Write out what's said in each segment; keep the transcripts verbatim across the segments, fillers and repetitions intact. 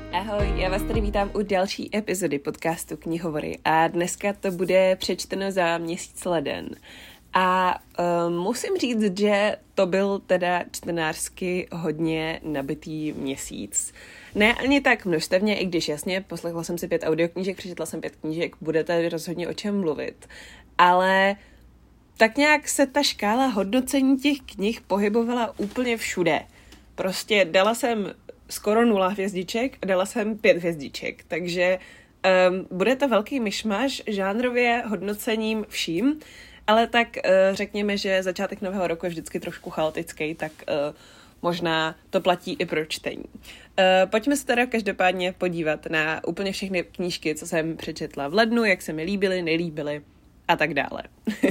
Ahoj, já vás tady vítám u další epizody podcastu Knihovory a dneska to bude přečteno za měsíc leden. A um, musím říct, že to byl teda čtenářsky hodně nabitý měsíc. Ne ani tak množstevně, i když jasně, poslechla jsem si pět audioknížek, přečetla jsem pět knížek, bude tady rozhodně o čem mluvit. Ale tak nějak se ta škála hodnocení těch knih pohybovala úplně všude. Prostě dala jsem skoro nula hvězdiček a dala jsem pět hvězdiček, takže um, bude to velký myšmaš žánrově hodnocením vším, ale tak uh, řekněme, že začátek nového roku je vždycky trošku chaotický, tak uh, možná to platí i pro čtení. Uh, pojďme se teda každopádně podívat na úplně všechny knížky, co jsem přečetla v lednu, jak se mi líbily, nelíbily a tak dále.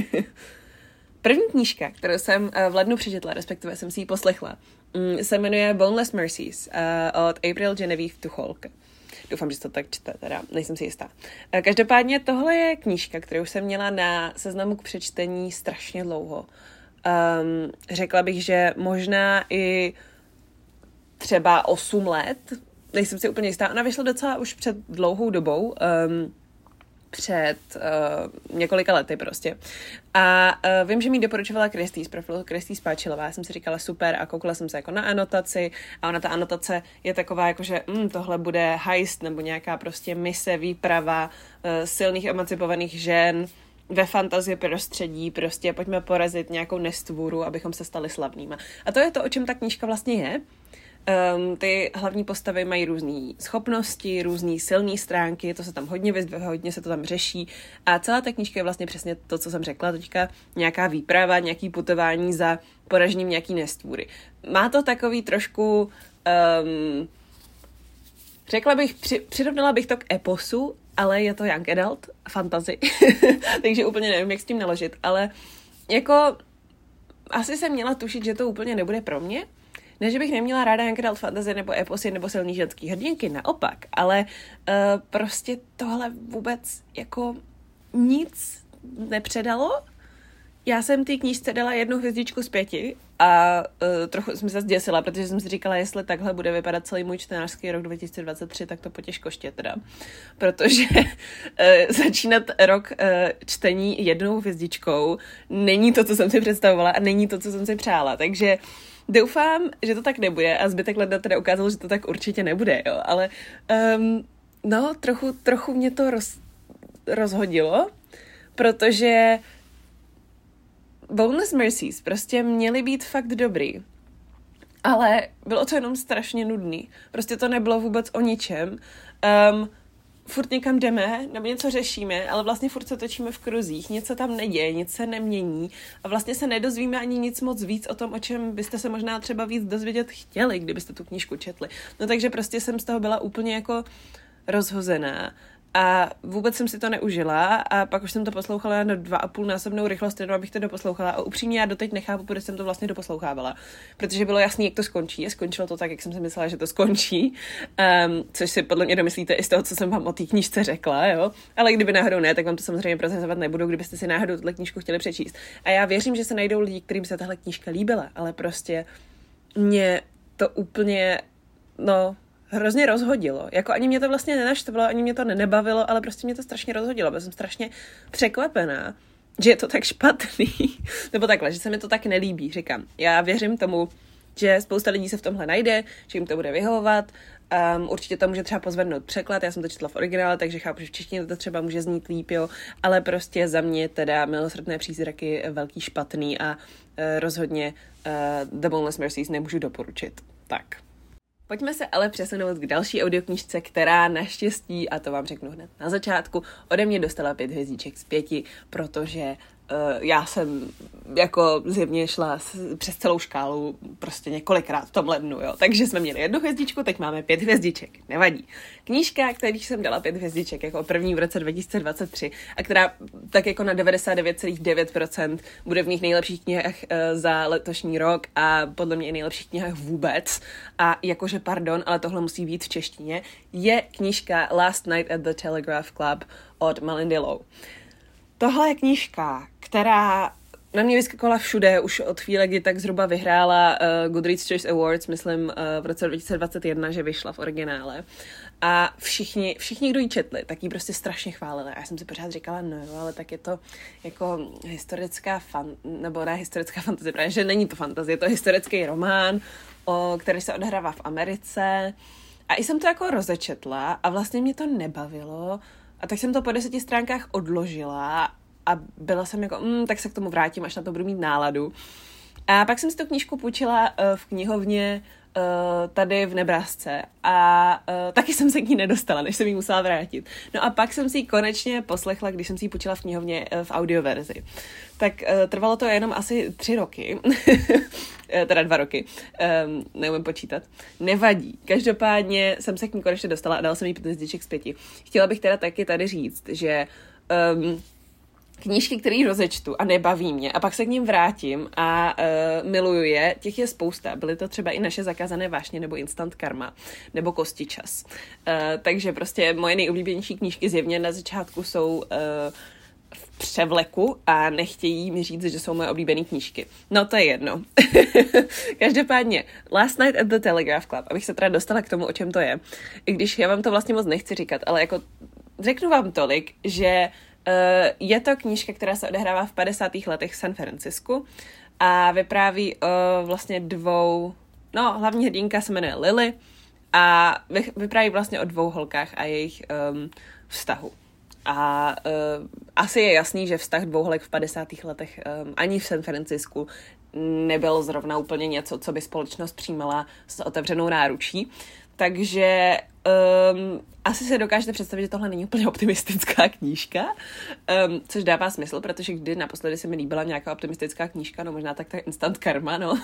První knížka, kterou jsem v lednu přečetla, respektive jsem si ji poslechla, se jmenuje Boneless Mercies od April Genevieve Tucholk. Doufám, že se to tak čte, teda nejsem si jistá. Každopádně tohle je knížka, kterou jsem měla na seznamu k přečtení strašně dlouho. Um, řekla bych, že možná i třeba osm let, nejsem si úplně jistá. Ona vyšla docela už před dlouhou dobou, um, před uh, několika lety prostě. A uh, vím, že mi doporučovala Kristý z profilu Kristý Spáčilová. Já jsem si říkala super a koukala jsem se jako na anotaci a ona ta anotace je taková jako, že mm, tohle bude heist nebo nějaká prostě mise, výprava uh, silných emancipovaných žen ve fantasy prostředí, prostě pojďme porazit nějakou nestvůru, abychom se stali slavnýma. A to je to, o čem ta knížka vlastně je. Um, ty hlavní postavy mají různé schopnosti, různé silné stránky, to se tam hodně vyzdvihuje, hodně se to tam řeší a celá ta knížka je vlastně přesně to, co jsem řekla teďka, nějaká výprava, nějaký putování za poražením nějaký nestvůry. Má to takový trošku, um, řekla bych, při, přirovnala bych to k eposu, ale je to young adult, fantasy, takže úplně nevím, jak s tím naložit, ale jako asi jsem měla tušit, že to úplně nebude pro mě. Ne, že bych neměla ráda young adult fantasy nebo eposy nebo silný ženský hrdinky, naopak, ale uh, prostě tohle vůbec jako nic nepředalo. Já jsem té knížce dala jednu hvězdičku z pěti a uh, trochu jsem se zděsila, protože jsem si říkala, jestli takhle bude vypadat celý můj čtenářský rok dva tisíce dvacet tři, tak to potěžko ště teda. Protože uh, začínat rok uh, čtení jednou hvězdičkou není to, co jsem si představovala a není to, co jsem si přála, takže doufám, že to tak nebude a zbytek ledna teda ukázal, že to tak určitě nebude, jo, ale um, no, trochu, trochu mě to roz, rozhodilo, protože Boneless Mercies prostě měly být fakt dobrý, ale bylo to jenom strašně nudný, prostě to nebylo vůbec o ničem, um, furt někam jdeme, nebo něco řešíme, ale vlastně furt se točíme v kruzích, nic se tam neděje, nic se nemění a vlastně se nedozvíme ani nic moc víc o tom, o čem byste se možná třeba víc dozvědět chtěli, kdybyste tu knížku četli. No takže prostě jsem z toho byla úplně jako rozhozená a vůbec jsem si to neužila a pak už jsem to poslouchala na dva a půl násobnou rychlost, jenom abych to doposlouchala a upřímně já doteď nechápu, proč jsem to vlastně doposlouchávala, protože bylo jasný, jak to skončí a skončilo to tak, jak jsem si myslela, že to skončí, um, což si podle mě domyslíte i z toho, co jsem vám o té knížce řekla, jo, ale kdyby náhodou ne, tak vám to samozřejmě procesovat nebudu, kdybyste si náhodou tuhle knížku chtěli přečíst. A já věřím, že se najdou lidi, kterým se tahle knížka líbila, ale prostě mě to úplně, no, hrozně rozhodilo. Jako ani mě to vlastně nenaštvalo, ani mě to nebavilo, ale prostě mě to strašně rozhodilo. Byla jsem strašně překvapená, že je to tak špatný. Nebo takhle, že se mi to tak nelíbí, říkám. Já věřím tomu, že spousta lidí se v tomhle najde, že jim to bude vyhovovat. Um, určitě to může třeba pozvednout překlad, já jsem to četla v originále, takže chápu, že v češtině to třeba může znít líp, jo. Ale prostě za mě teda Milosrdné přízraky velký špatný a uh, rozhodně uh, The Boneless Mercies nemůžu doporučit. Tak. Pojďme se ale přesunout k další audioknížce, která naštěstí, a to vám řeknu hned na začátku, ode mě dostala pět hvězdiček z pěti, protože uh, já jsem jako zjevně šla s, přes celou škálu prostě několikrát v tom lednu, jo. Takže jsme měli jednu hvězdičku, teď máme pět hvězdiček, nevadí. Knížka, který jsem dala pět hvězdiček jako první v roce dva tisíce dvacet tři a která tak jako na devadesát devět celá devět procent bude v mých nejlepších knihách uh, za letošní rok a podle mě i nejlepších knihách vůbec. A jakože pardon, ale tohle musí být v češtině, je knížka Last Night at the Telegraph Club od Melindy Lowe. Tohle je knížka, která na mě vyskakovala všude už od chvíle, kdy tak zhruba vyhrála uh, Goodreads Choice Awards, myslím uh, v roce dva tisíce dvacet jedna, že vyšla v originále. a všichni, všichni, kdo ji četli, tak ji prostě strašně chválili. A já jsem si pořád říkala, no jo, ale tak je to jako historická fan, nebo ne historická fantazie, protože není to fantazie, je to historický román, o, který se odehrává v Americe. A i jsem to jako rozečetla a vlastně mě to nebavilo. A tak jsem to po deseti stránkách odložila a byla jsem jako, mm, tak se k tomu vrátím, až na to budu mít náladu. A pak jsem si tu knížku půjčila uh, v knihovně uh, tady v Nebrasce a uh, taky jsem se k ní nedostala, než jsem ji musela vrátit. No a pak jsem si ji konečně poslechla, když jsem si ji půjčila v knihovně uh, v audioverzi. Tak uh, trvalo to jenom asi tři roky, teda dva roky, um, neumím počítat. Nevadí. Každopádně jsem se k ní konečně dostala a dala jsem jí pět hvězdiček z pěti. Chtěla bych teda taky tady říct, že um, knížky, které rozečtu a nebaví mě a pak se k ním vrátím a uh, miluju je, těch je spousta. Byly to třeba i Naše zakázané vášně nebo Instant karma nebo Kostičas. Uh, takže prostě moje nejoblíbenější knížky zjevně na začátku jsou uh, v převleku a nechtějí mi říct, že jsou moje oblíbené knížky. No to je jedno. Každopádně, Last Night at the Telegraph Club, abych se teda dostala k tomu, o čem to je. I když já vám to vlastně moc nechci říkat, ale jako řeknu vám tolik, že Uh, je to knížka, která se odehrává v padesátých letech v San Francisku a vypráví o vlastně dvou, no hlavní hrdinka se jmenuje Lily a vypráví vlastně o dvou holkách a jejich um, vztahu. A uh, asi je jasný, že vztah dvou holek v padesátých letech um, ani v San Francisku nebyl zrovna úplně něco, co by společnost přijímala s otevřenou náručí. Takže um, asi se dokážete představit, že tohle není úplně optimistická knížka, um, což dává smysl, protože kdy naposledy se mi líbila nějaká optimistická knížka, no možná tak ta Instant karma, no.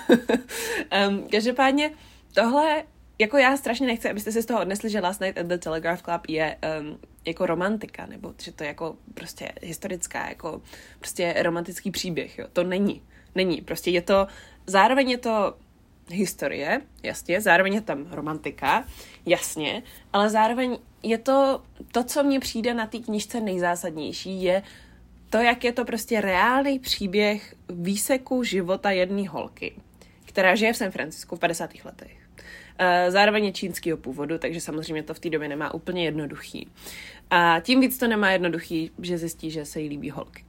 um, každopádně tohle, jako já strašně nechci, abyste si z toho odnesli, že Last Night at the Telegraph Club je um, jako romantika, nebo že to je jako prostě historická, jako prostě romantický příběh, jo. To není. Není. Prostě je to, zároveň je to historie, jasně, zároveň je tam romantika, jasně, ale zároveň je to, to, co mně přijde na té knížce nejzásadnější, je to, jak je to prostě reálný příběh výseku života jedné holky, která žije v San Francisku v padesátých letech. Zároveň je čínského původu, takže samozřejmě to v té době nemá úplně jednoduchý. A tím víc to nemá jednoduchý, že zjistí, že se jí líbí holky.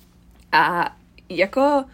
A jako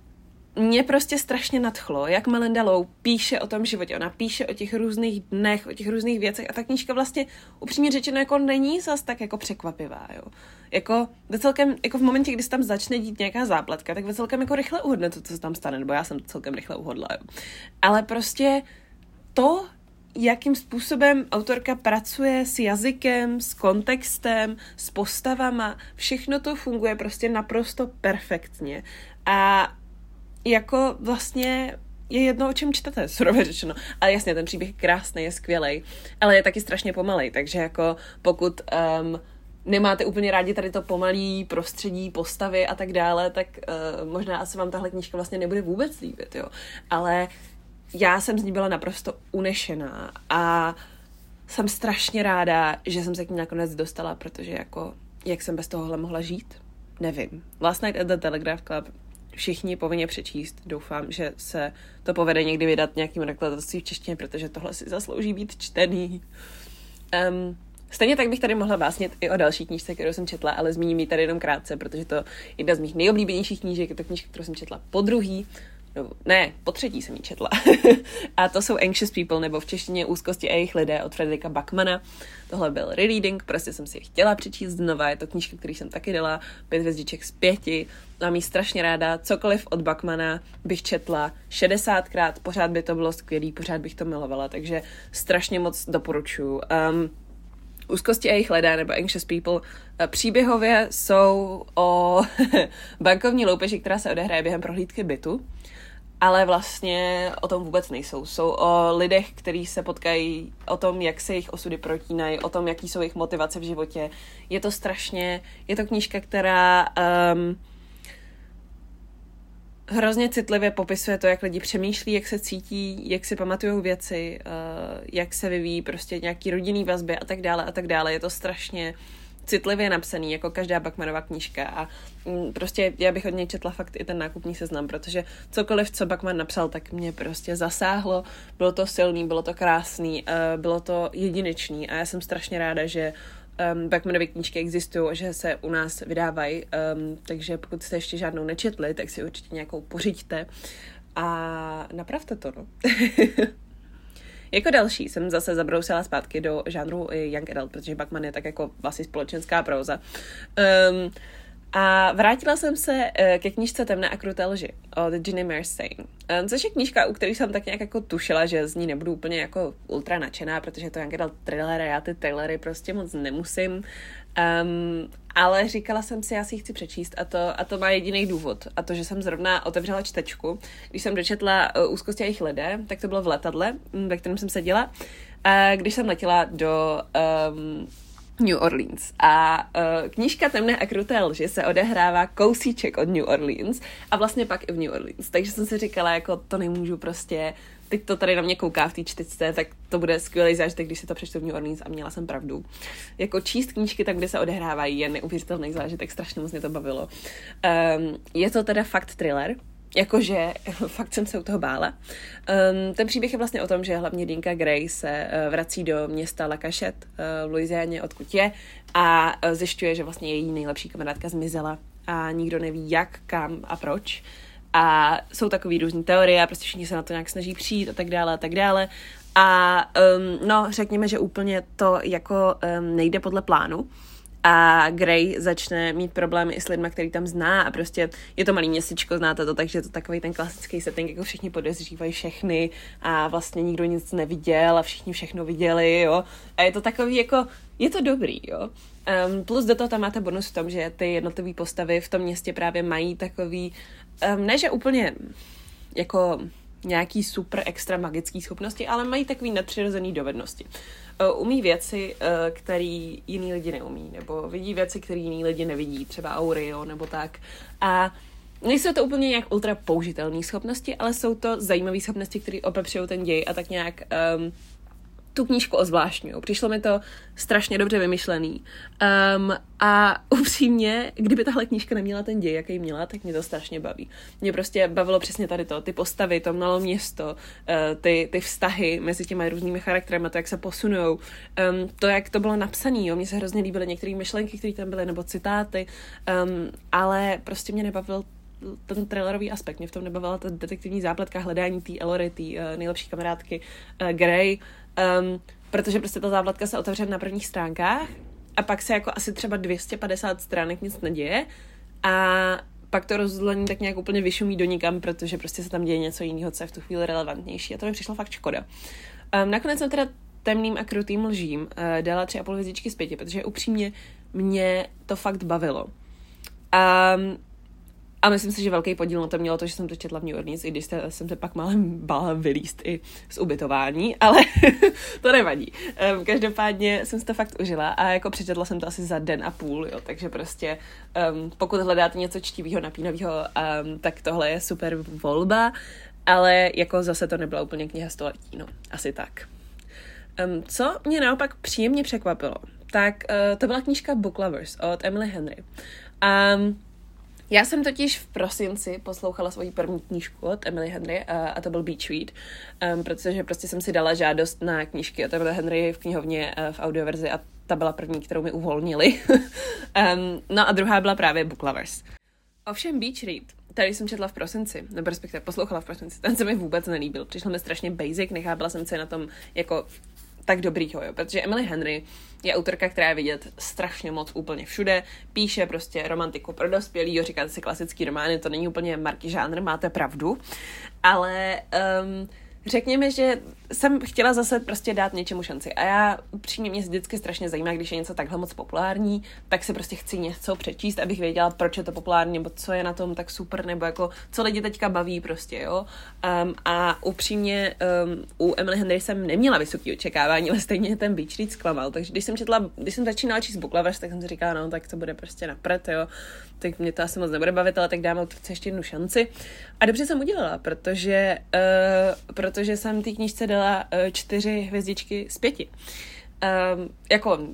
mě prostě strašně nadchlo, jak Melinda Lowe píše o tom životě. Ona píše o těch různých dnech, o těch různých věcech a ta knížka vlastně upřímně řečeno jako není zas tak jako překvapivá, jo. Jako ve celkem, jako v momentě, kdy se tam začne dít nějaká zápletka, tak ve celkem jako rychle uhodne to, co se tam stane, nebo já jsem to celkem rychle uhodla, jo. Ale prostě to, jakým způsobem autorka pracuje s jazykem, s kontextem, s postavama, všechno to funguje prostě naprosto perfektně. A jako vlastně je jedno, o čem čtete, surově řečeno. Ale jasně, ten příběh je krásný, je skvělej, ale je taky strašně pomalej, takže jako pokud um, nemáte úplně rádi tady to pomalý prostředí, postavy a tak dále, tak uh, možná asi vám tahle knížka vlastně nebude vůbec líbit, jo. Ale já jsem z ní byla naprosto unešená a jsem strašně ráda, že jsem se k ní nakonec dostala, protože jako, jak jsem bez tohohle mohla žít, nevím. Last Night at the Telegraph Club všichni povinně přečíst. Doufám, že se to povede někdy vydat nějakým nakladatelství v češtině, protože tohle si zaslouží být čtený. Um, stejně tak bych tady mohla básnit i o další knížce, kterou jsem četla, ale zmíním ji tady jenom krátce, protože to je jedna z mých nejoblíbenějších knížek, je to knížka, kterou jsem četla po druhý, no, ne, po třetí jsem ji četla. A to jsou Anxious People, nebo v češtině Úzkosti a jejich lidé od Fredrika Backmana. Tohle byl rereading, prostě jsem si ji chtěla přečíst znova, je to knížka, který jsem taky dala, pět hvězdiček z pěti, mám ji strašně ráda, cokoliv od Backmana bych četla šedesátkrát, pořád by to bylo skvělý, pořád bych to milovala, takže strašně moc doporučuji. Um, Úzkosti a jejich lidé, nebo Anxious People, příběhově jsou o bankovní loupeži, která se odehraje během prohlídky bytu, ale vlastně o tom vůbec nejsou. Jsou o lidech, kteří se potkají, o tom, jak se jejich osudy protínají, o tom, jaký jsou jejich motivace v životě. Je to strašně, je to knížka, která um, hrozně citlivě popisuje to, jak lidi přemýšlí, jak se cítí, jak si pamatujou věci, uh, jak se vyvíjí prostě nějaký rodinný vazby a tak dále a tak dále. Je to strašně citlivě napsaný, jako každá Bachmanova knížka a mm, prostě já bych od něj četla fakt i ten nákupní seznam, protože cokoliv, co Bachman napsal, tak mě prostě zasáhlo, bylo to silný, bylo to krásný, uh, bylo to jedinečný a já jsem strašně ráda, že Um, Bachmanovy knížky existují a že se u nás vydávají, um, takže pokud jste ještě žádnou nečetli, tak si určitě nějakou pořiďte a napravte to, no. Jako další jsem zase zabrousila zpátky do žánru young adult, protože Bachman je tak jako vlastně společenská próza. Um, a vrátila jsem se ke knížce Temné a kruté lži od Ginny Mearstein, což je knížka, u které jsem tak nějak jako tušila, že z ní nebudu úplně jako ultra nadšená, protože je to young adult thriller a já ty thrillery prostě moc nemusím. Um, ale říkala jsem si, já si ji chci přečíst a to, a to má jediný důvod. A to, že jsem zrovna otevřela čtečku. Když jsem dočetla uh, Úzkosti a jejich lidé, tak to bylo v letadle, ve kterém jsem seděla. A když jsem letěla do um, New Orleans. A uh, knížka Temné a kruté lži se odehrává kousíček od New Orleans a vlastně pak i v New Orleans. Takže jsem si říkala, jako to nemůžu prostě, teď to tady na mě kouká v té čtečce, tak to bude skvělý zážitek, když si to přečtu v New Orleans a měla jsem pravdu. Jako číst knížky tam, kde se odehrávají, je neuvěřitelný zážitek, strašně moc mě to bavilo. Um, je to teda fakt thriller, jakože fakt jsem se u toho bála. Um, ten příběh je vlastně o tom, že hlavně Dinka Gray se uh, vrací do města La Cachette uh, v Louisianě, odkud je, a uh, zjišťuje, že vlastně její nejlepší kamarádka zmizela a nikdo neví jak, kam a proč. A jsou takový různý teorie a prostě všichni se na to nějak snaží přijít a tak dále a tak dále. A um, no, řekněme, že úplně to jako um, nejde podle plánu. A Gray začne mít problémy i s lidma, který tam zná a prostě je to malý městečko, znáte to, takže je to takový ten klasický setting, jako všichni podezřívají všechny a vlastně nikdo nic neviděl a všichni všechno viděli, jo. A je to takový jako, je to dobrý, jo. Um, plus do toho tam máte bonus v tom, že ty jednotlivé postavy v tom městě právě mají takový, um, ne že úplně jako nějaký super extra magický schopnosti, ale mají takový nadpřirozený dovednosti. Uh, umí věci, uh, které jiní lidi neumí, nebo vidí věci, které jiní lidi nevidí, třeba aury, jo, nebo tak. A nejsou to úplně nějak ultra použitelné schopnosti, ale jsou to zajímavé schopnosti, které opepřují ten děj a tak nějak um, tu knížku ozvláštňují. Přišlo mi to strašně dobře vymyšlený. Um, a upřímně, kdyby tahle knížka neměla ten děj, jaký měla, tak mě to strašně baví. Mě prostě bavilo přesně tady to, ty postavy, to malé město, uh, ty, ty vztahy mezi těma různými charaktery, to, jak se posunujou, um, to, jak to bylo napsané. Mně se hrozně líbily některé myšlenky, které tam byly, nebo citáty, um, ale prostě mě nebavil ten thrillerový aspekt. Mě v tom nebavila ta detektivní zápletka, hledání té Ellory, té uh, nejlepší kamarádky uh, Gray, um, protože prostě ta zápletka se otevře na prvních stránkách a pak se jako asi třeba dvě stě padesát stránek nic neděje a pak to rozdělení tak nějak úplně vyšumí do nikam, protože prostě se tam děje něco jiného, co je v tu chvíli relevantnější a to mi přišlo fakt škoda. Um, nakonec jsem teda Temným a krutým lžím uh, dala tři a půl hvězdičky z pěti, protože upřímně mě to fakt bavilo. Um, A myslím si, že velký podíl na to mělo to, že jsem to četla v New Orleans, i když jsem se pak málem bála vylíst i z ubytování, ale to nevadí. Um, každopádně jsem si to fakt užila a jako přečetla jsem to asi za den a půl, jo, takže prostě um, pokud hledáte něco čtivého, napínavého, um, tak tohle je super volba, ale jako zase to nebyla úplně kniha století, no, asi tak. Um, co mě naopak příjemně překvapilo, tak uh, to byla knížka Book Lovers od Emily Henry. Um, Já jsem totiž v prosinci poslouchala svoji první knížku od Emily Henry a, a to byl Beach Read, um, protože prostě jsem si dala žádost na knížky od Emily Henry v knihovně uh, v audioverzi a ta byla první, kterou mi uvolnili. um, no a druhá byla právě Book Lovers. Ovšem Beach Read, tady jsem četla v prosinci, nebo respektive poslouchala v prosinci, ten se mi vůbec nelíbil, přišlo mi strašně basic, nechápala jsem se na tom jako tak dobrýho, jo, protože Emily Henry je autorka, která je vidět strašně moc úplně všude, píše prostě romantiku pro dospělý, jo, říkáte si klasický romány, to není úplně marky žánr, máte pravdu, ale um, řekněme, že jsem chtěla zase prostě dát něčemu šanci a já upřímně mě vždycky strašně zajímá, když je něco takhle moc populární, tak se prostě chci něco přečíst, abych věděla, proč je to populární, nebo co je na tom tak super, nebo jako co lidi teďka baví prostě, jo. Um, a upřímně um, u Emily Henry jsem neměla vysoké očekávání, ale stejně ten Beach Read zklamal, takže když jsem četla, když jsem začínala číst Book Lovers, tak jsem si říkala, no tak to bude prostě na prd, jo, tak mě to asi moc nebude bavit, ale tak dám autorce ještě jednu šanci. A dobře jsem udělala, protože, uh, protože jsem té knížce dala uh, čtyři hvězdičky z pěti. Um, jako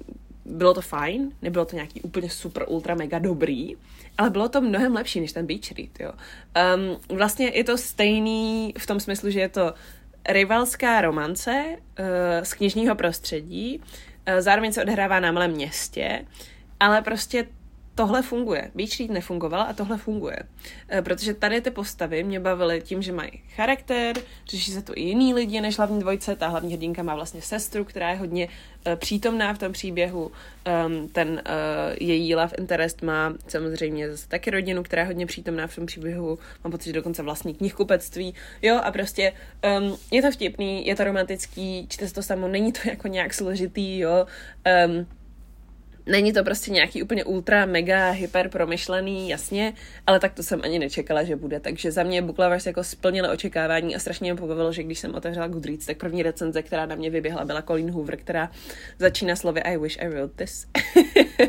bylo to fajn, nebylo to nějaký úplně super, ultra, mega dobrý, ale bylo to mnohem lepší než ten Beach Read, jo. Um, vlastně je to stejný v tom smyslu, že je to rivalská romance uh, z knižního prostředí, uh, zároveň se odehrává na malém městě, ale prostě tohle funguje. Beach Read nefungovala a tohle funguje. E, protože tady ty postavy mě bavily tím, že mají charakter, řeší se to i jiný lidi než hlavní dvojce. Ta hlavní hrdinka má vlastně sestru, která je hodně e, přítomná v tom příběhu. Um, ten e, její love interest má samozřejmě zase taky rodinu, která je hodně přítomná v tom příběhu. Mám pocit, že dokonce vlastní knihkupectví. Jo, a prostě um, je to vtipný, je to romantický, čte se to samo, není to jako nějak složitý, jo. Um, Není to prostě nějaký úplně ultra, mega, hyper promyšlený, jasně, ale tak to jsem ani nečekala, že bude. Takže za mě Book Lovers jako splnily očekávání a strašně mě pobavilo, že když jsem otevřela Goodreads, tak první recenze, která na mě vyběhla, byla Colleen Hoover, která začíná slovy I wish I wrote this. uh,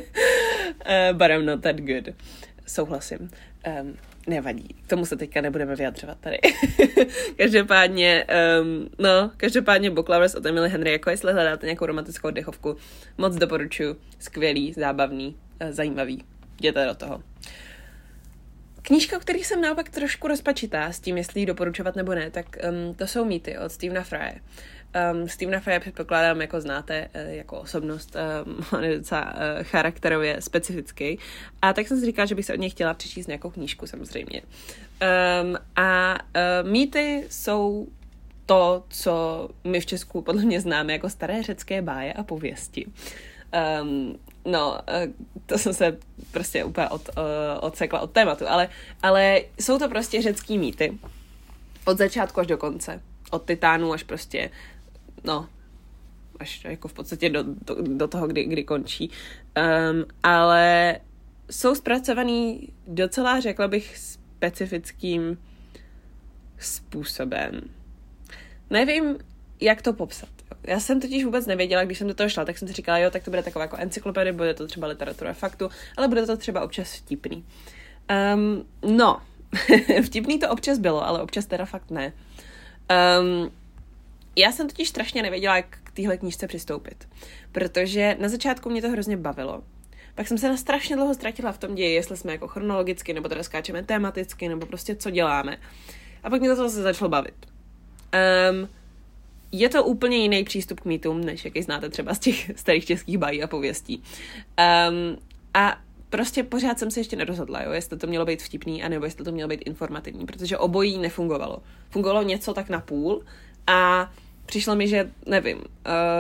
but I'm not that good. Souhlasím. Um, nevadí. K tomu se teďka nebudeme vyjadřovat tady. každopádně, um, no, každopádně Book Lovers od Emily Henry, jako jestli hledáte nějakou romantickou dechovku, moc doporučuji. Skvělý, zábavný, zajímavý. Jděte do toho. Knížka, o který jsem naopak trošku rozpačitá s tím, jestli ji doporučovat nebo ne, tak um, to jsou Mýty od Stephena Frye. Um, Stephena Frye předpokládám, jako znáte, jako osobnost, um, on je docela uh, charakterově specifický. A tak jsem si říkala, že bych se od něj chtěla přečíst nějakou knížku, samozřejmě. Um, a uh, Mýty jsou to, co my v Česku podle mě známe jako staré řecké báje a pověsti. Um, no, to jsem se prostě úplně od, uh, odsekla od tématu, ale, ale jsou to prostě řecký mýty. Od začátku až do konce. Od Titánu až prostě, no, až jako v podstatě do, do, do toho, kdy, kdy končí. Um, ale jsou zpracovaný docela, řekla bych, specifickým způsobem. Nevím, jak to popsat. Já jsem totiž vůbec nevěděla, když jsem do toho šla, tak jsem si říkala, jo, tak to bude taková jako encyklopedie, bude to třeba literatura faktu, ale bude to třeba občas vtipný. Um, no, vtipný to občas bylo, ale občas teda fakt ne. Um, já jsem totiž strašně nevěděla, jak k téhle knížce přistoupit, protože na začátku mě to hrozně bavilo. Pak jsem se na strašně dlouho ztratila v tom ději, jestli jsme jako chronologicky, nebo teda skáčeme tematicky, nebo prostě co děláme. A pak mě to zase začalo bavit. Um, Je to úplně jiný přístup k mýtům, než jaký znáte třeba z těch starých českých bájí a pověstí. Um, a prostě pořád jsem se ještě nerozhodla, jo, jestli to mělo být vtipný, anebo jestli to mělo být informativní, protože obojí nefungovalo. Fungovalo něco tak na půl a přišlo mi, že, nevím, uh,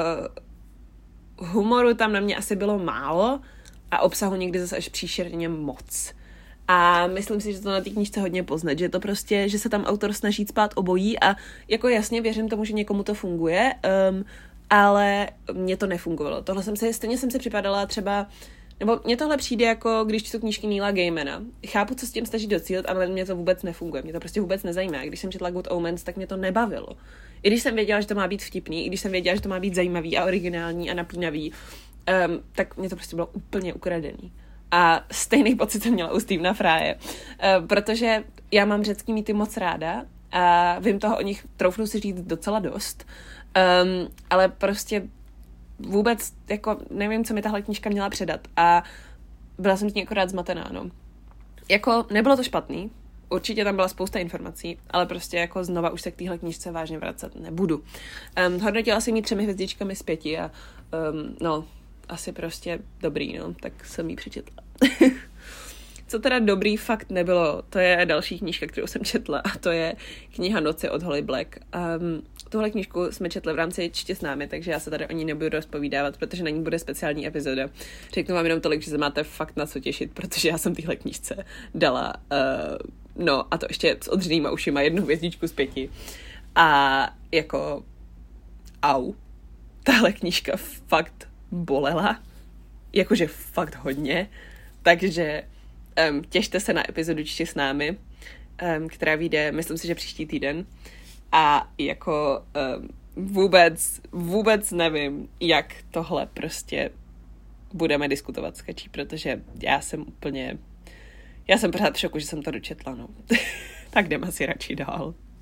humoru tam na mě asi bylo málo a obsahu někdy zase až příšerně moc. A myslím si, že to na té knížce hodně poznat, že to prostě, že se tam autor snaží spát obojí a jako jasně věřím tomu, že někomu to funguje, um, ale mně to nefungovalo. Tohle jsem si, stejně jsem si připadala třeba, nebo mně tohle přijde jako, když čtu knížky Neila Gaimana. Chápu, co s tím snaží docílit, ale mě to vůbec nefunguje. Mě to prostě vůbec nezajímá. Když jsem četla Good Omens, tak mě to nebavilo. I když jsem věděla, že to má být vtipný, i když jsem věděla, že to má být zajímavý a originální a napínavý, um, tak mě to prostě bylo úplně ukradený. A stejný pocit jsem měla u Stephena Frye, uh, protože já mám řecký mýty moc ráda a vím toho o nich, troufnu si říct, docela dost, um, ale prostě vůbec, jako nevím, co mi tahle knížka měla předat a byla jsem tím akorát zmatená, no. Jako nebylo to špatný, určitě tam byla spousta informací, ale prostě jako znova už se k téhle knížce vážně vracet nebudu. Um, hodnotila jsem jí třemi hvězdičkami z pěti a um, no, asi prostě dobrý, no, tak jsem jí přečetla. Co teda dobrý fakt nebylo, to je další knížka, kterou jsem četla a to je kniha Noci od Holly Black. Um, tuhle knížku jsme četli v rámci Čtě s námi, takže já se tady o ní nebudu rozpovídávat, protože na ní bude speciální epizoda. Řeknu vám jenom tolik, že se máte fakt na co těšit, protože já jsem téhle knížce dala, uh, no a to ještě s odřenýma ušima, jednu hvězdičku z pěti. A jako au, tahle knížka fakt bolela, jakože fakt hodně, takže um, těšte se na epizodu Čtě s námi, um, která vyjde, myslím si, že příští týden a jako um, vůbec, vůbec nevím, jak tohle prostě budeme diskutovat s Kačí, protože já jsem úplně, já jsem pořád v šoku, že jsem to dočetla, no. Tak jdeme asi radši dál.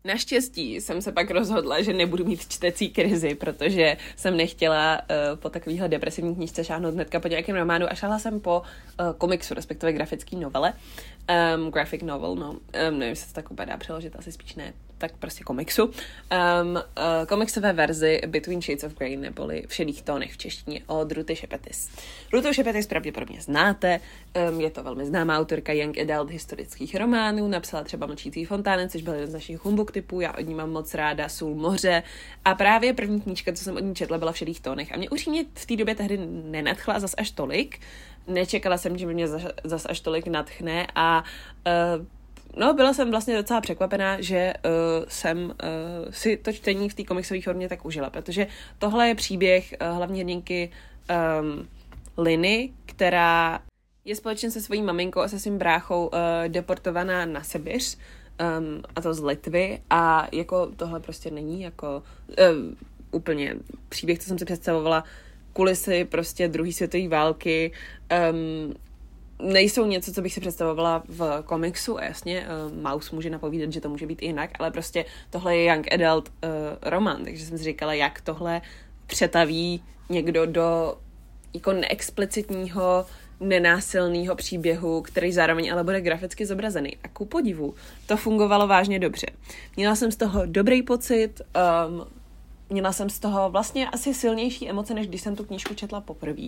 Naštěstí jsem se pak rozhodla, že nebudu mít čtecí krizi, protože jsem nechtěla uh, po takovýhle depresivní knížce šáhnout hnedka po nějakém románu a šáhla jsem po uh, komiksu, respektive grafické novele. Um, graphic novel, no. Um, nevím, jestli se tak úplně dá přeložit, asi spíš ne. Tak prostě komiksu. Um, uh, komiksové verzi Between Shades of Grey neboli V šedých tónech v češtině od Ruty Šepetis. Rutu Šepetis pravděpodobně znáte, um, je to velmi známá autorka young adult historických románů, napsala třeba Mlčící fontány, což byl jeden z našich humbug typů, já od ní mám moc ráda Sůl moře a právě první knížka, co jsem od ní četla, byla V šedých tónech a mě upřímně v té době tehdy nenadchla zas až tolik, nečekala jsem, že mě zas, zas až tolik nadchne a uh, no, byla jsem vlastně docela překvapená, že uh, jsem uh, si to čtení v té komiksové formě tak užila, protože tohle je příběh uh, hlavní hrdinky um, Liny, která je společně se svojí maminkou a se svým bráchou uh, deportovaná na Sibiř, um, a to z Litvy a jako tohle prostě není jako uh, úplně příběh, co jsem si představovala, kulisy prostě druhé světové války, um, nejsou něco, co bych si představovala v komiksu a jasně, uh, Maus může napovídat, že to může být jinak, ale prostě tohle je young adult uh, román, takže jsem si říkala, jak tohle přetaví někdo do jako neexplicitního, nenásilného příběhu, který zároveň ale bude graficky zobrazený. A ku podivu, to fungovalo vážně dobře. Měla jsem z toho dobrý pocit, um, měla jsem z toho vlastně asi silnější emoce, než když jsem tu knížku četla poprvé.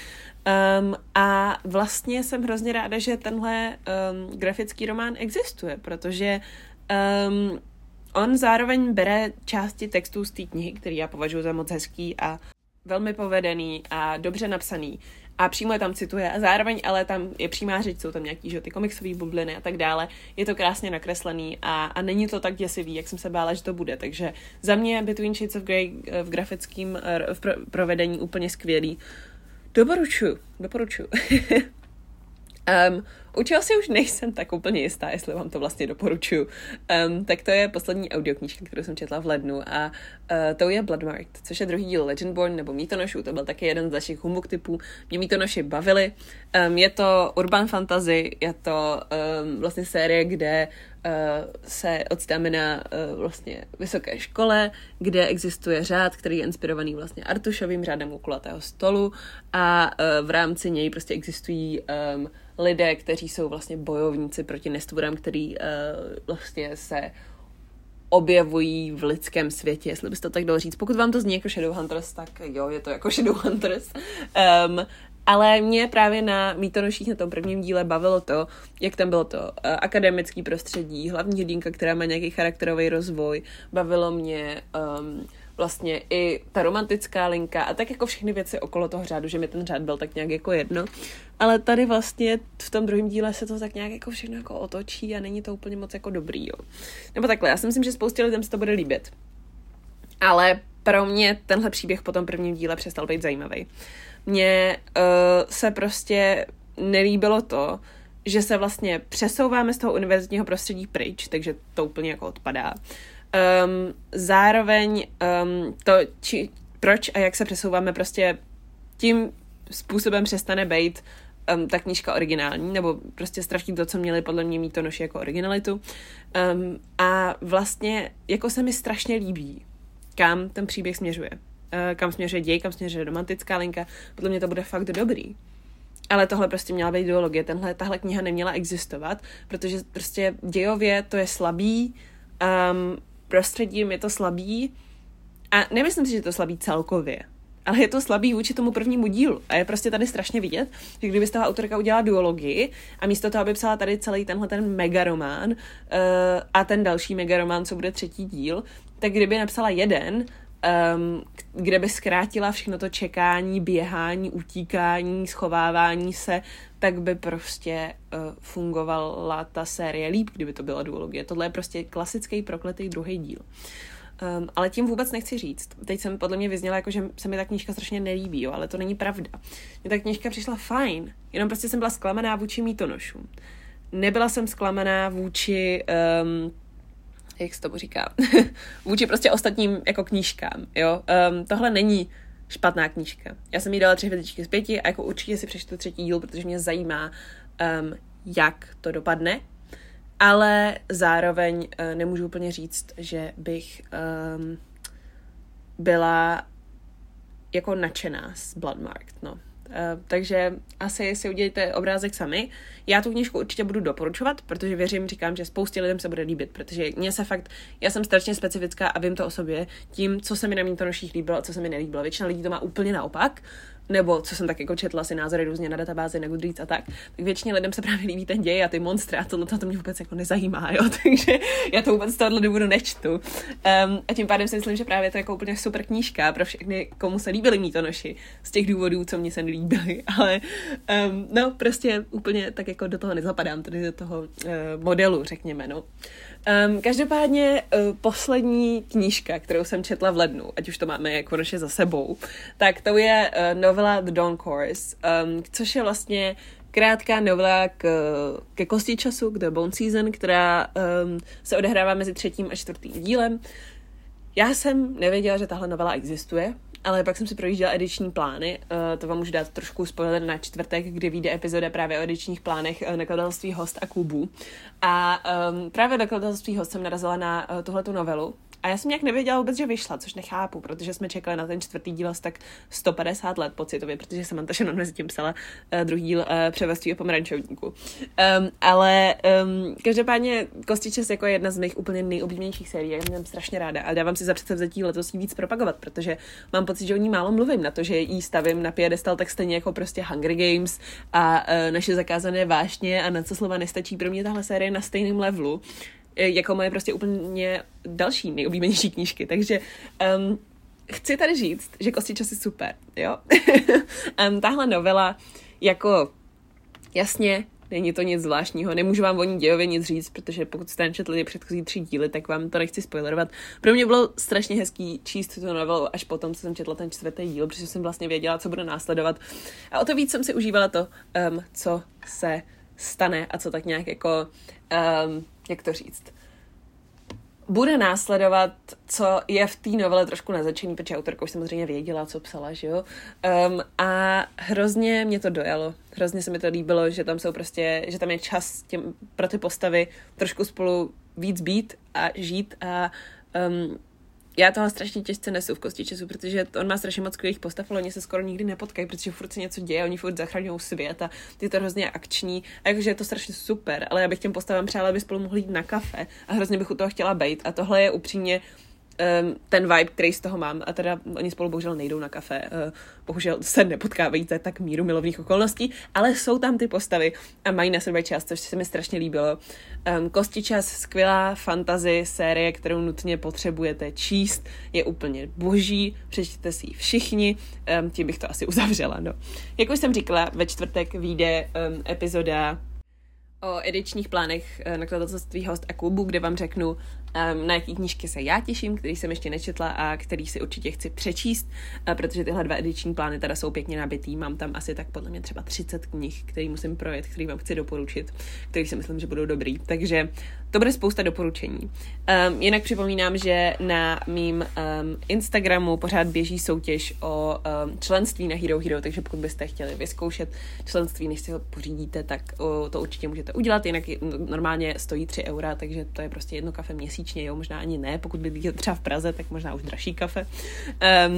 Um, a vlastně jsem hrozně ráda, že tenhle um, grafický román existuje, protože um, on zároveň bere části textů z té knihy, který já považuji za moc hezký a velmi povedený a dobře napsaný a přímo je tam cituje a zároveň ale tam je přímá řeč, jsou tam nějaký že, ty komiksové bubliny a tak dále, je to krásně nakreslený a, a není to tak děsivý, jak jsem se bála, že to bude, takže za mě Between Shades of Grey v grafickém v pro, provedení úplně skvělý. Doporučuju, doporučuju. um, u Chelsea už nejsem tak úplně jistá, jestli vám to vlastně doporučuju. Um, tak to je poslední audioknížka, kterou jsem četla v lednu a uh, to je Bloodmarked, což je druhý díl Legendborn nebo Mítonošů, to byl taky jeden z našich humbug typů. Mě Mítonoši bavili. Um, je to urban fantasy, je to um, vlastně série, kde uh, se ocitáme na uh, vlastně vysoké škole, kde existuje řád, který je inspirovaný vlastně Artušovým řádem u kulatého stolu a uh, v rámci něj prostě existují um, lidé, kteří jsou vlastně bojovníci proti nestvůrám, který uh, vlastně se objevují v lidském světě, jestli byste to tak dalo říct. Pokud vám to zní jako Shadowhunters, tak jo, je to jako Shadowhunters. Um, ale mě právě na Mítonoších na tom prvním díle bavilo to, jak tam bylo to uh, akademický prostředí, hlavní hrdinka, která má nějaký charakterový rozvoj. Bavilo mě um, vlastně i ta romantická linka a tak jako všechny věci okolo toho řádu, že mi ten řád byl tak nějak jako jedno. Ale tady vlastně v tom druhém díle se to tak nějak jako všechno jako otočí a není to úplně moc jako dobrý, jo. Nebo takhle, já si myslím, že spoustě lidem se to bude líbit. Ale pro mě tenhle příběh po tom prvním díle přestal být zajímavý. Mně uh, se prostě nelíbilo to, že se vlastně přesouváme z toho univerzitního prostředí pryč, takže to úplně jako odpadá. Um, zároveň um, to, či, proč a jak se přesouváme, prostě tím způsobem přestane být um, ta knížka originální, nebo prostě ztratí to, co měli podle mě Mítonoši jako originalitu. Um, a vlastně jako se mi strašně líbí, kam ten příběh směřuje. Uh, kam směřuje děj, kam směřuje romantická linka. Podle mě to bude fakt dobrý. Ale tohle prostě měla být ideologie. Tenhle, tahle kniha neměla existovat, protože prostě dějově to je slabý, um, prostředím je to slabý a nemyslím si, že je to slabý celkově, ale je to slabý vůči tomu prvnímu dílu a je prostě tady strašně vidět, že kdyby z toho autorka udělala duologii a místo toho, aby psala tady celý tenhle ten megaromán uh, a ten další megaromán, co bude třetí díl, tak kdyby napsala jeden, um, kde by zkrátila všechno to čekání, běhání, utíkání, schovávání se, tak by prostě uh, fungovala ta série líp, kdyby to byla duologie. Tohle je prostě klasický prokletý druhý díl. Um, ale tím vůbec nechci říct. Teď jsem podle mě vyzněla, jako, že se mi ta knížka strašně nelíbí, jo, ale to není pravda. Mně ta knížka přišla fajn, jenom prostě jsem byla zklamaná vůči Mítonošům. Nebyla jsem zklamaná vůči, um, jak se to říká, vůči prostě ostatním jako knížkám, jo. Um, tohle není špatná knížka. Já jsem jí dala tři hvězdičky z pěti a jako určitě si přečtu třetí díl, protože mě zajímá, um, jak to dopadne. ale zároveň uh, nemůžu úplně říct, že bych um, byla jako nadšená z Bloodmarked, no. Uh, takže asi si udělejte obrázek sami. Já tu knížku určitě budu doporučovat, protože věřím, říkám, že spoustě lidem se bude líbit, protože mně se fakt, já jsem strašně specifická a vím to o sobě, tím, co se mi na Mítonoších líbilo a co se mi nelíbilo. Většina lidí to má úplně naopak, nebo co jsem tak jako četla si názory různě na databázi, na Goodreads a tak, tak většině lidem se právě líbí ten děj a ty monstra a tohle to mě vůbec jako nezajímá, jo, takže já to vůbec z tohohle důvodu nečtu. Um, a tím pádem si myslím, že právě to je jako úplně super knížka pro všechny, komu se líbily Mítonoši, z těch důvodů, co mě se nelíbily, ale um, no, prostě úplně tak jako do toho nezapadám, tedy do toho uh, modelu, řekněme, no. Um, každopádně uh, poslední knížka, kterou jsem četla v lednu, ať už to máme jako konečně za sebou, tak to je uh, novela The Dawn Course, um, což je vlastně krátká novela k, ke Kosti času, k The Bone Season, která um, se odehrává mezi třetím a čtvrtým dílem. Já jsem nevěděla, že tahle novela existuje, ale pak jsem si projížděla ediční plány, uh, to vám můžu dát trošku spoiler na čtvrtek, kdy vyjde epizoda právě o edičních plánech uh, nakladatelství Host a Kubu. A um, právě nakladatelství Host jsem narazila na uh, tuhletu novelu. A já jsem nějak nevěděla vůbec, že vyšla, což nechápu, protože jsme čekali na ten čtvrtý díl asi tak sto padesát let pocitově, protože Samantha Shannon mezi tím psala uh, druhý díl uh, Převezství o pomerančovníku. Um, ale um, každopádně Kosti čas jako jedna z mých úplně nejoblíbenějších sérií, já mám strašně ráda a dávám si za předsevzetí letos jí víc propagovat, protože mám pocit, že o ní málo mluvím, na to, že jí stavím na piedestal tak stejně jako prostě Hunger Games a uh, Naše zakázané vášně a Na co slova nestačí, pro mě tahle série na stejném levelu jako moje prostě úplně další nejoblíbenější knížky, takže um, chci tady říct, že Kosti čas je super, jo. um, tahle novela jako jasně není to nic zvláštního, nemůžu vám o ní dějově nic říct, protože pokud jste nečetli předchozí tři díly, tak vám to nechci spoilerovat. Pro mě bylo strašně hezký číst tu novelu až potom, co jsem četla ten čtvrtý díl, protože jsem vlastně věděla, co bude následovat. A o to víc jsem si užívala to, um, co se stane a co tak nějak jako, um, jak to říct, bude následovat, co je v té novele trošku naznačený, protože autorka už samozřejmě věděla, co psala, že jo. Um, a hrozně mě to dojalo. Hrozně se mi to líbilo, že tam jsou prostě, že tam je čas těm, pro ty postavy trošku spolu víc být a žít a um, já toho strašně těžce nesu v Kosti času, protože on má strašně moc skvělých postav, ale oni se skoro nikdy nepotkají, protože furt se něco děje, oni furt zachraňují svět a je to hrozně akční a jakože je to strašně super, ale já bych těm postavám přála, aby spolu mohli jít na kafe a hrozně bych u toho chtěla bejt a tohle je upřímně um, ten vibe, který z toho mám a teda oni spolu bohužel nejdou na kafe, uh, bohužel se nepotkávají, to je tak míru milovných okolností, ale jsou tam ty postavy a mají na sebe čas, což se mi strašně líbilo. Um, Kosti čas, skvělá fantasy série, kterou nutně potřebujete číst, je úplně boží, přečtěte si ji všichni, um, tím bych to asi uzavřela, no. Jak už jsem říkala, ve čtvrtek vyjde um, epizoda o edičních plánech nakladatelství Host a Kubu, kde vám řeknu, um, na jaký knížky se já těším, který jsem ještě nečetla a který si určitě chci přečíst, uh, protože tyhle dva ediční plány teda jsou pěkně nabitý. Mám tam asi tak podle mě třeba třicet knih, který musím projet, který vám chci doporučit, který si myslím, že budou dobrý. Takže to bude spousta doporučení. Um, jinak připomínám, že na mým um, Instagramu pořád běží soutěž o um, členství na Hero Hero, takže pokud byste chtěli vyzkoušet členství, než si ho pořídíte, tak uh, to určitě můžete udělat, jinak normálně stojí tři eura, takže to je prostě jedno kafe měsíčně, jo, možná ani ne, pokud bydlíte třeba v Praze, tak možná už dražší kafe. Um,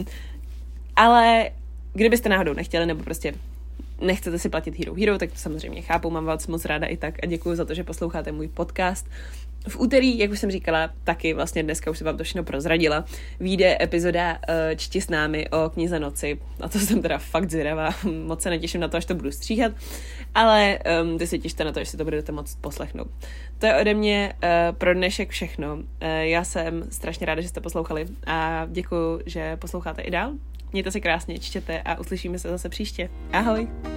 ale kdybyste náhodou nechtěli, nebo prostě nechcete si platit Hero Hero, tak to samozřejmě chápu, mám vás moc ráda i tak a děkuji za to, že posloucháte můj podcast. V úterý, jak už jsem říkala, taky vlastně dneska už jsem vám to všechno prozradila, vyjde epizoda uh, Čti s námi o knize Noci. A to jsem teda fakt zvědavá, moc se netěším na to, až to budu stříhat, ale um, ty se těšte na to, až si to budete moc poslechnout. To je ode mě uh, pro dnešek všechno. Uh, já jsem strašně ráda, že jste poslouchali a děkuji, že posloucháte i dál. Mějte se krásně, čtěte a uslyšíme se zase příště. Ahoj!